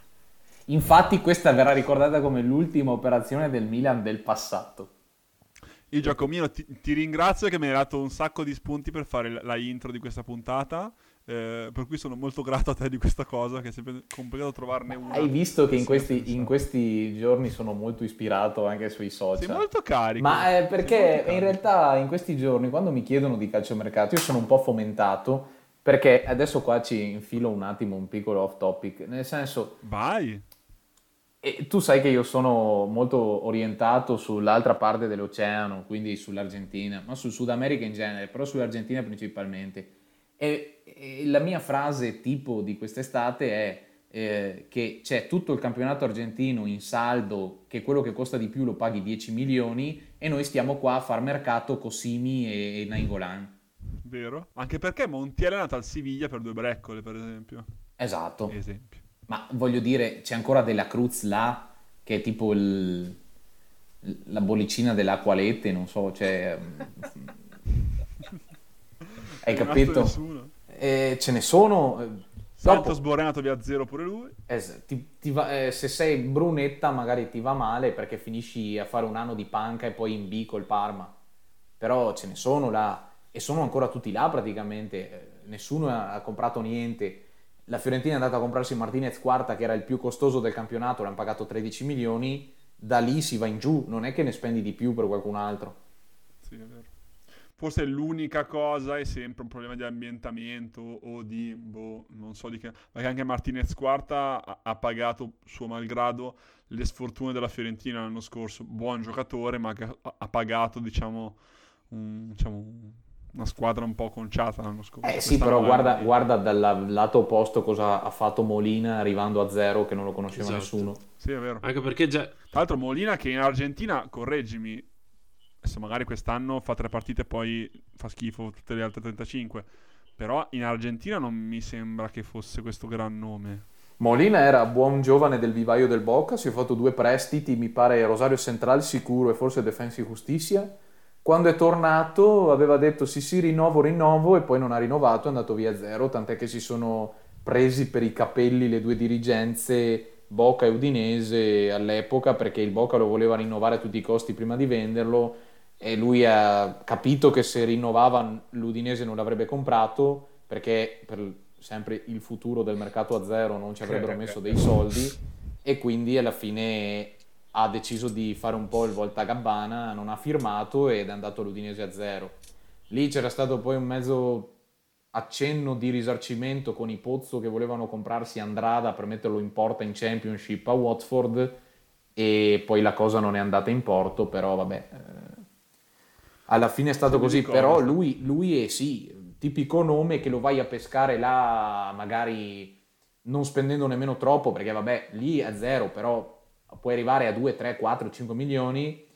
Infatti questa verrà ricordata come l'ultima operazione del Milan del passato. Io Giacomino ti, ti ringrazio che mi hai dato un sacco di spunti per fare la, la intro di questa puntata, eh, per cui sono molto grato a te di questa cosa, che è sempre complicato trovarne una. Hai visto che in sia questi, pensata. in questi giorni sono molto ispirato anche sui social. Sei molto carico. Ma eh, Sei molto perché carico. in realtà in questi giorni quando mi chiedono di calciomercato io sono un po' fomentato perché adesso qua ci infilo un attimo un piccolo off topic, nel senso Vai. e tu sai che io sono molto orientato sull'altra parte dell'oceano, quindi sull'Argentina, ma sul Sud America in genere, però sull'Argentina principalmente. E, e la mia frase tipo di quest'estate è eh, che c'è tutto il campionato argentino in saldo, che quello che costa di più lo paghi dieci milioni e noi stiamo qua a far mercato Cosimi e, e Nainggolan. Vero? Anche perché Montiel è nato al Siviglia per due breccole, per esempio. Esatto. Esempio. Ma voglio dire, c'è ancora della Cruz là, che è tipo il- la bollicina dell'acqualette, non so, cioè... Hai Non è rimasto capito? nessuno. Eh, ce ne sono... eh, Santos dopo, Boré è nato via zero pure lui. es- ti- ti va- eh, se sei brunetta magari ti va male perché finisci a fare un anno di panca e poi in B col Parma. Però ce ne sono là, e sono ancora tutti là praticamente, eh, nessuno ha, ha comprato niente. La Fiorentina è andata a comprarsi Martinez Quarta, che era il più costoso del campionato, l'hanno pagato tredici milioni, da lì si va in giù, non è che ne spendi di più per qualcun altro. Sì, è vero. forse l'unica cosa è sempre un problema di ambientamento o di, boh, non so di che, perché anche Martinez Quarta ha, ha pagato suo malgrado le sfortune della Fiorentina l'anno scorso, buon giocatore ma che ha, ha pagato diciamo, un, diciamo un, una squadra un po' conciata l'anno scorso. Eh sì, però guarda, guarda dal lato opposto cosa ha fatto Molina arrivando a zero che non lo conosceva Esatto. nessuno. Sì, è vero. Anche perché già... Tra l'altro Molina che in Argentina, correggimi, adesso magari quest'anno fa tre partite e poi fa schifo tutte le altre trentacinque, però in Argentina non mi sembra che fosse questo gran nome. Molina era buon giovane del vivaio del Boca, si è fatto due prestiti, mi pare Rosario Central sicuro e forse Defensa y Justicia. Quando è tornato aveva detto sì sì rinnovo rinnovo e poi non ha rinnovato, è andato via a zero, tant'è che si sono presi per i capelli le due dirigenze Boca e Udinese all'epoca, perché il Boca lo voleva rinnovare a tutti i costi prima di venderlo e lui ha capito che se rinnovava l'Udinese non l'avrebbe comprato, perché per sempre il futuro del mercato a zero non ci avrebbero messo dei soldi, e quindi alla fine ha deciso di fare un po' il voltagabbana, non ha firmato ed è andato all'Udinese a zero. Lì c'era stato poi un mezzo accenno di risarcimento con i Pozzo che volevano comprarsi Andrada per metterlo in porta in Championship a Watford, e poi la cosa non è andata in porto, però vabbè, eh, alla fine è stato così. Però lui, lui è sì, tipico nome che lo vai a pescare là magari non spendendo nemmeno troppo, perché vabbè lì a zero però puoi arrivare a due, tre, quattro, cinque milioni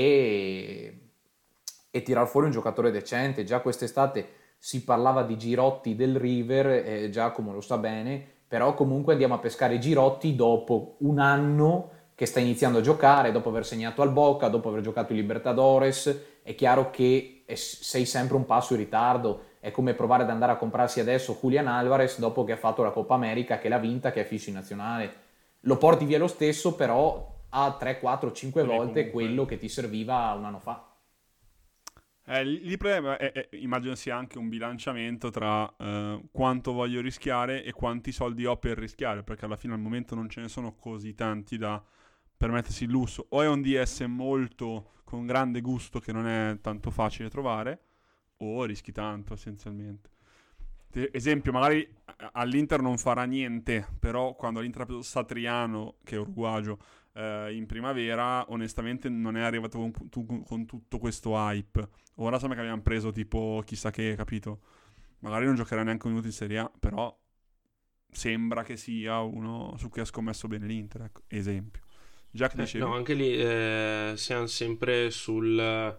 e, e tirar fuori un giocatore decente. Già quest'estate si parlava di Girotti del River, eh, Giacomo lo sa bene, però comunque andiamo a pescare Girotti dopo un anno che sta iniziando a giocare, dopo aver segnato al Boca, dopo aver giocato in Libertadores. È chiaro che è, sei sempre un passo in ritardo, è come provare ad andare a comprarsi adesso Julian Alvarez dopo che ha fatto la Coppa America, che l'ha vinta, che è fissi nazionale. Lo porti via lo stesso, però a tre, quattro, cinque volte comunque quello che ti serviva un anno fa. Eh, il problema è, è, immagino sia anche un bilanciamento tra eh, quanto voglio rischiare e quanti soldi ho per rischiare, perché alla fine al momento non ce ne sono così tanti da permettersi il lusso. O è un D S molto con grande gusto che non è tanto facile trovare, o rischi tanto essenzialmente. Esempio, magari all'Inter non farà niente, però quando l'Inter ha preso Satriano, che è uruguagio, eh, in primavera, onestamente non è arrivato con, tu, con tutto questo hype. Ora sembra che abbiamo preso tipo chissà che, capito? Magari non giocherà neanche un minuto in Serie A, però sembra che sia uno su cui ha scommesso bene l'Inter, ecco, esempio. Già che dicevi... Eh, no, anche lì eh, siamo sempre sul...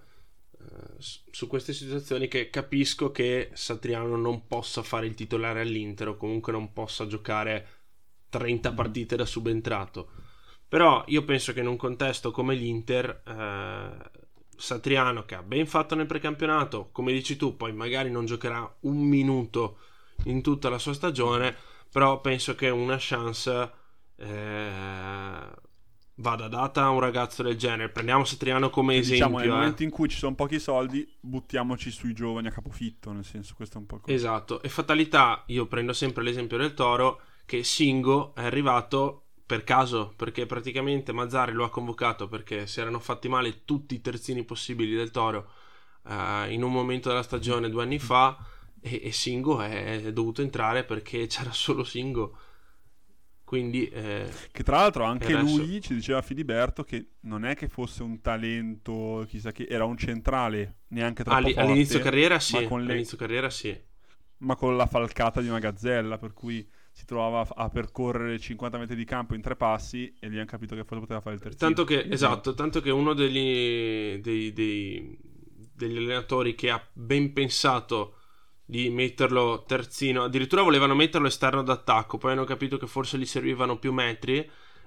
su queste situazioni che capisco che Satriano non possa fare il titolare all'Inter o comunque non possa giocare trenta partite da subentrato, però io penso che in un contesto come l'Inter eh, Satriano, che ha ben fatto nel precampionato, come dici tu, poi magari non giocherà un minuto in tutta la sua stagione, però penso che una chance eh, vada data a un ragazzo del genere. Prendiamo Satriano come sì, esempio. Diciamo, nel eh. momento in cui ci sono pochi soldi, buttiamoci sui giovani a capofitto, nel senso, questo è un po' così. Esatto, e fatalità, io prendo sempre l'esempio del Toro, che Singo è arrivato per caso, perché praticamente Mazzarri lo ha convocato perché si erano fatti male tutti i terzini possibili del Toro eh, in un momento della stagione due anni fa, e, e Singo è dovuto entrare perché c'era solo Singo. Quindi, eh, che tra l'altro anche adesso... lui ci diceva Filiberto che non è che fosse un talento, chissà che, era un centrale neanche troppo All- forte. All'inizio carriera sì, ma con le... all'inizio carriera sì. Ma con la falcata di una gazzella, per cui si trovava a percorrere cinquanta metri di campo in tre passi e lì hanno capito che forse poteva fare il terzino. Tanto che, esatto, tanto che uno degli, dei, dei, degli allenatori che ha ben pensato di metterlo terzino, addirittura volevano metterlo esterno d'attacco, poi hanno capito che forse gli servivano più metri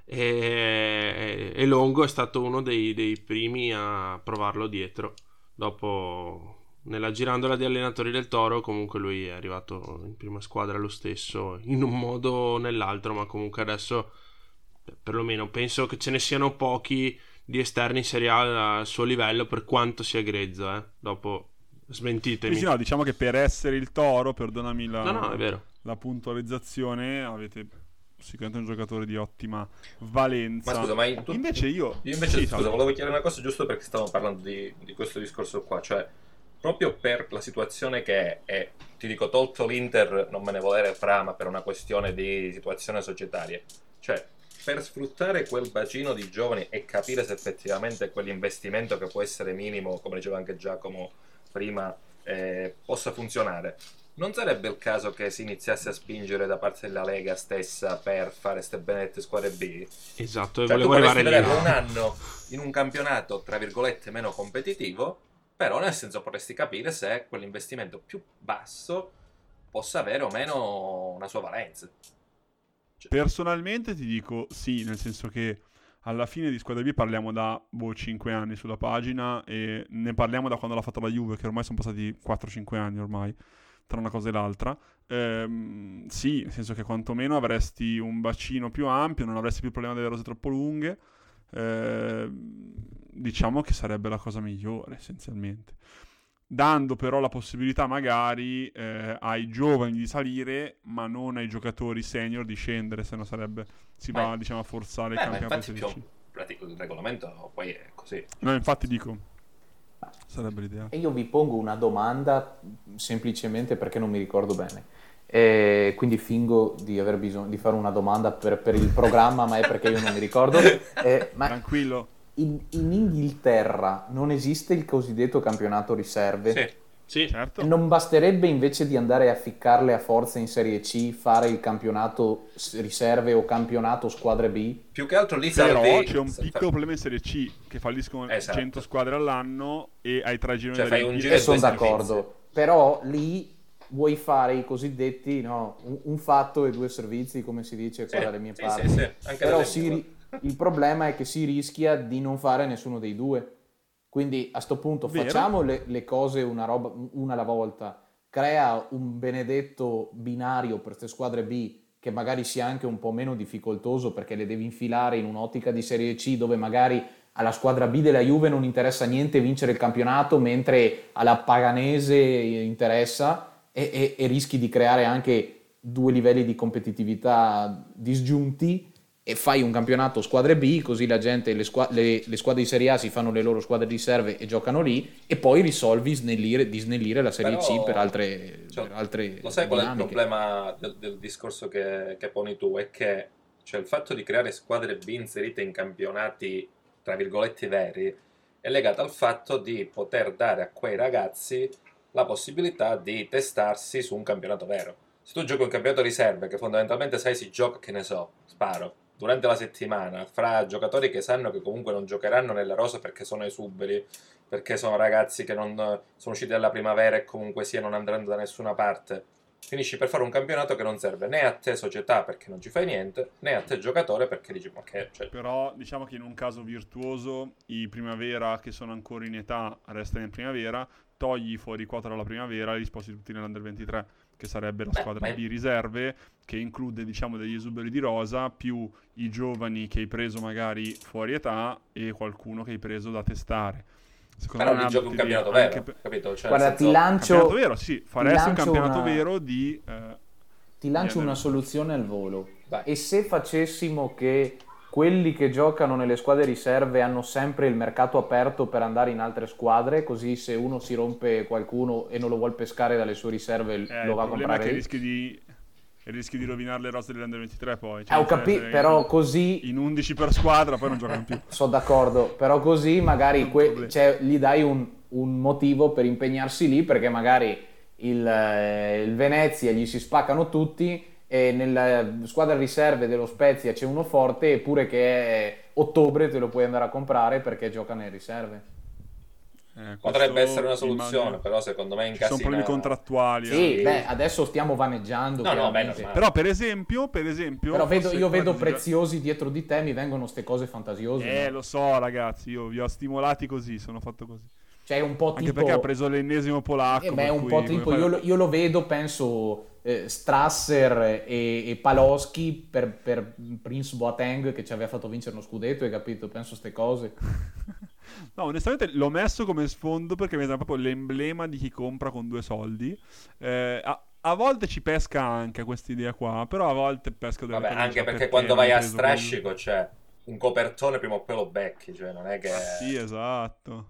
e, e Longo è stato uno dei, dei primi a provarlo dietro. Dopo, nella girandola di allenatori del Toro, comunque lui è arrivato in prima squadra lo stesso, in un modo o nell'altro, ma comunque adesso perlomeno penso che ce ne siano pochi di esterni in Serie A al suo livello, per quanto sia grezzo, eh. Dopo smentitemi. Sì, sì, no, diciamo che per essere il Toro, perdonami la, no, no, è vero. la puntualizzazione, avete sicuramente un giocatore di ottima valenza. Ma scusa, ma tu... invece io... Io invece, sì, scusa, salve. volevo chiedere una cosa giusto perché stavamo parlando di, di questo discorso qua, cioè proprio per la situazione che è, e ti dico, tolto l'Inter, non me ne volere fra, ma per una questione di situazione societaria, cioè per sfruttare quel bacino di giovani e capire se effettivamente quell'investimento, che può essere minimo, come diceva anche Giacomo prima, eh, possa funzionare, non sarebbe il caso che si iniziasse a spingere da parte della Lega stessa per fare ste benedette squadre B? Esatto, e Cioè, tu volevo vorresti arrivare vederlo lì. un anno in un campionato tra virgolette meno competitivo, però nel senso vorresti capire se quell'investimento più basso possa avere o meno una sua valenza. Personalmente ti dico sì, nel senso che alla fine di Squadra B parliamo da boh, cinque anni sulla pagina, e ne parliamo da quando l'ha fatto la Juve, che ormai sono passati quattro cinque anni ormai, tra una cosa e l'altra. Ehm, sì, nel senso che quantomeno avresti un bacino più ampio, non avresti più il problema delle rose troppo lunghe. Ehm, diciamo che sarebbe la cosa migliore, essenzialmente. Dando però la possibilità magari eh, ai giovani di salire, ma non ai giocatori senior di scendere, se no sarebbe, si Ma- va diciamo a forzare il Beh, ma campionato infatti di più Serie C. pratico il regolamento poi è così. No, infatti dico, sarebbe l'idea. E io vi pongo una domanda semplicemente perché non mi ricordo bene. E quindi fingo di aver bisogno di fare una domanda per, per il programma, ma è perché io non mi ricordo. Eh, ma Tranquillo. in, in Inghilterra non esiste il cosiddetto campionato riserve? Sì. Sì, Certo. Non basterebbe, invece di andare a ficcarle a forza in Serie C, fare il campionato s- riserve o campionato squadre B? Più che altro lì Però salvi... c'è un sa- piccolo problema in Serie C, che falliscono Esatto. cento squadre all'anno e hai tre gironi Cioè, da fai un riempire. E giro sono due servizi. d'accordo, però lì vuoi fare i cosiddetti, no, un, un fatto e due servizi, come si dice qua Sì, dalle mie sì, parti. sì, sì, anche Però dalle si mie, ri- il problema è che si rischia di non fare nessuno dei due. Quindi a sto punto Vero. facciamo le, le cose una, roba, una alla volta, crea un benedetto binario per queste squadre B che magari sia anche un po' meno difficoltoso, perché le devi infilare in un'ottica di Serie C dove magari alla squadra B della Juve non interessa niente vincere il campionato, mentre alla Paganese interessa, e, e- e rischi di creare anche due livelli di competitività disgiunti, e fai un campionato squadre B, così la gente, le, squa- le- le squadre di Serie A si fanno le loro squadre di riserve e giocano lì, e poi risolvi snellire, di snellire la Serie Però, C per altre, cioè, per altre lo sai qual è il dinamiche. problema del, del discorso che, che poni tu? È che cioè, il fatto di creare squadre B inserite in campionati tra virgolette veri è legato al fatto di poter dare a quei ragazzi la possibilità di testarsi su un campionato vero. Se tu giochi un campionato riserve, che fondamentalmente sai si gioca, che ne so, sparo, durante la settimana, fra giocatori che sanno che comunque non giocheranno nella rosa perché sono esuberi, perché sono ragazzi che non sono usciti dalla primavera e comunque sia non andranno da nessuna parte, finisci per fare un campionato che non serve né a te società perché non ci fai niente, né a te giocatore perché dici ma che... Cioè... Però diciamo che in un caso virtuoso i primavera che sono ancora in età restano in primavera, togli fuori quota dalla primavera e li sposti tutti nell'Under ventitré, che sarebbe la Beh, squadra beh. B riserve, che include diciamo degli esuberi di rosa più i giovani che hai preso magari fuori età e qualcuno che hai preso da testare. Secondo Però me è lì una giochi un brutta idea, campionato vero, anche per- capito? Cioè, Guarda, nel ti senso- lancio, Campionato vero, sì, faresti un lancio campionato una- vero di... eh, ti lancio Viene- una soluzione al volo. Vai. E se facessimo che quelli che giocano nelle squadre riserve hanno sempre il mercato aperto per andare in altre squadre, così se uno si rompe qualcuno e non lo vuol pescare dalle sue riserve, eh, lo il va a problema è comprare che lì? rischi di, rischi di rovinare le rose dell'Under ventitré poi. Eh, ho Cioè, capito, se- però così in undici per squadra poi non giocano più. sono d'accordo, però così magari Un que- problema. cioè, gli dai un, un motivo per impegnarsi lì, perché magari il, eh, il Venezia gli si spaccano tutti e nella squadra riserve dello Spezia c'è uno forte, eppure che è ottobre te lo puoi andare a comprare perché gioca nelle riserve. Eh, Potrebbe questo essere una soluzione, immagino- però secondo me Ci sono incasina... problemi contrattuali. Sì, eh. beh, adesso stiamo vaneggiando. No, no, beh, chiaramente. normale. Però per esempio, per esempio Però vedo- forse io quella vedo desider- preziosi dietro di te, mi vengono ste cose fantasiose. Eh, no? lo so ragazzi, io vi ho stimolati così, sono fatto così. Cioè un po' Anche tipo... perché ha preso l'ennesimo polacco. Eh beh, per un cui po' come tipo, fai- io, lo- io lo vedo, penso, eh, Strasser e, e Paloschi per, per Prince Boateng che ci aveva fatto vincere uno scudetto, hai capito? Penso ste cose. No, onestamente l'ho messo come sfondo perché mi sembra proprio l'emblema di chi compra con due soldi. Eh, a, a volte ci pesca anche questa idea qua, però a volte pesca delle Vabbè, cose, anche cioè, perché quando non vai hai a preso strascico c'è un copertone prima o poi lo becchi, cioè non è che... quello? Sì, esatto.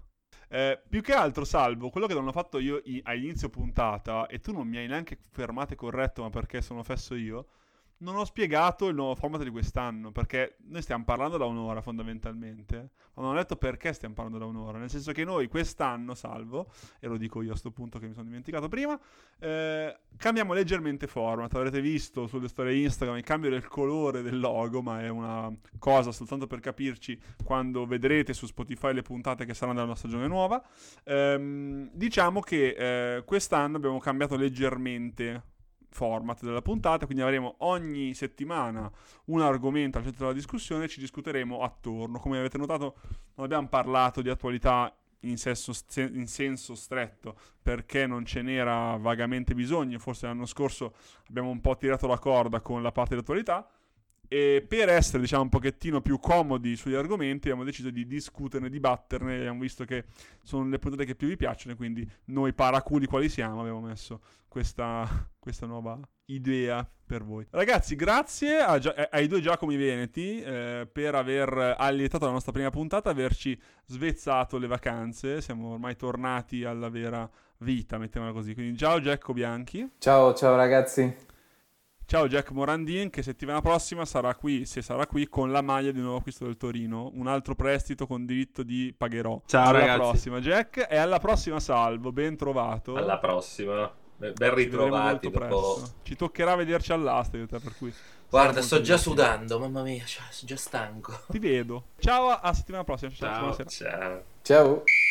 Eh, più che altro, Salvo, quello che non ho fatto io i- a inizio puntata, e tu non mi hai neanche fermato e corretto, ma perché sono fesso io, non ho spiegato il nuovo format di quest'anno, perché noi stiamo parlando da un'ora fondamentalmente, ma non ho detto perché stiamo parlando da un'ora, nel senso che noi quest'anno, Salvo, e lo dico io a sto punto che mi sono dimenticato prima, eh, cambiamo leggermente format. Avrete visto sulle storie Instagram il cambio del colore del logo, ma è una cosa soltanto per capirci quando vedrete su Spotify le puntate che saranno della nostra stagione nuova. Ehm, diciamo che eh, quest'anno abbiamo cambiato leggermente format della puntata, quindi avremo ogni settimana un argomento al centro della discussione e ci discuteremo attorno. Come avete notato, non abbiamo parlato di attualità in senso, in senso stretto, perché non ce n'era vagamente bisogno. Forse l'anno scorso abbiamo un po' tirato la corda con la parte di attualità, e per essere, diciamo, un pochettino più comodi sugli argomenti abbiamo deciso di discuterne, dibatterne. Abbiamo visto che sono le puntate che più vi piacciono, e quindi noi paraculi quali siamo abbiamo messo questa, questa nuova idea per voi. Ragazzi, grazie a, ai due Giacomi Veneti eh, per aver allietato la nostra prima puntata, averci svezzato le vacanze. Siamo ormai tornati alla vera vita, mettiamola così. Quindi ciao Giacomo Bianchi. Ciao, ciao ragazzi. Ciao Jack Morandin, che settimana prossima sarà qui, se sarà qui, con la maglia di nuovo acquisto del Torino, un altro prestito con diritto di pagherò. Ciao alla ragazzi. prossima Jack, e alla prossima Salvo, ben trovato. Alla prossima, ben Ci ritrovati vedremo molto dopo... presto. Ci toccherà vederci all'asta io te, per cui Guarda, sarà sto molto già divertente. sudando, mamma mia, cioè, sono già stanco. Ti vedo. Ciao, a settimana prossima. Ciao, Ciao. buonasera. Ciao. Ciao.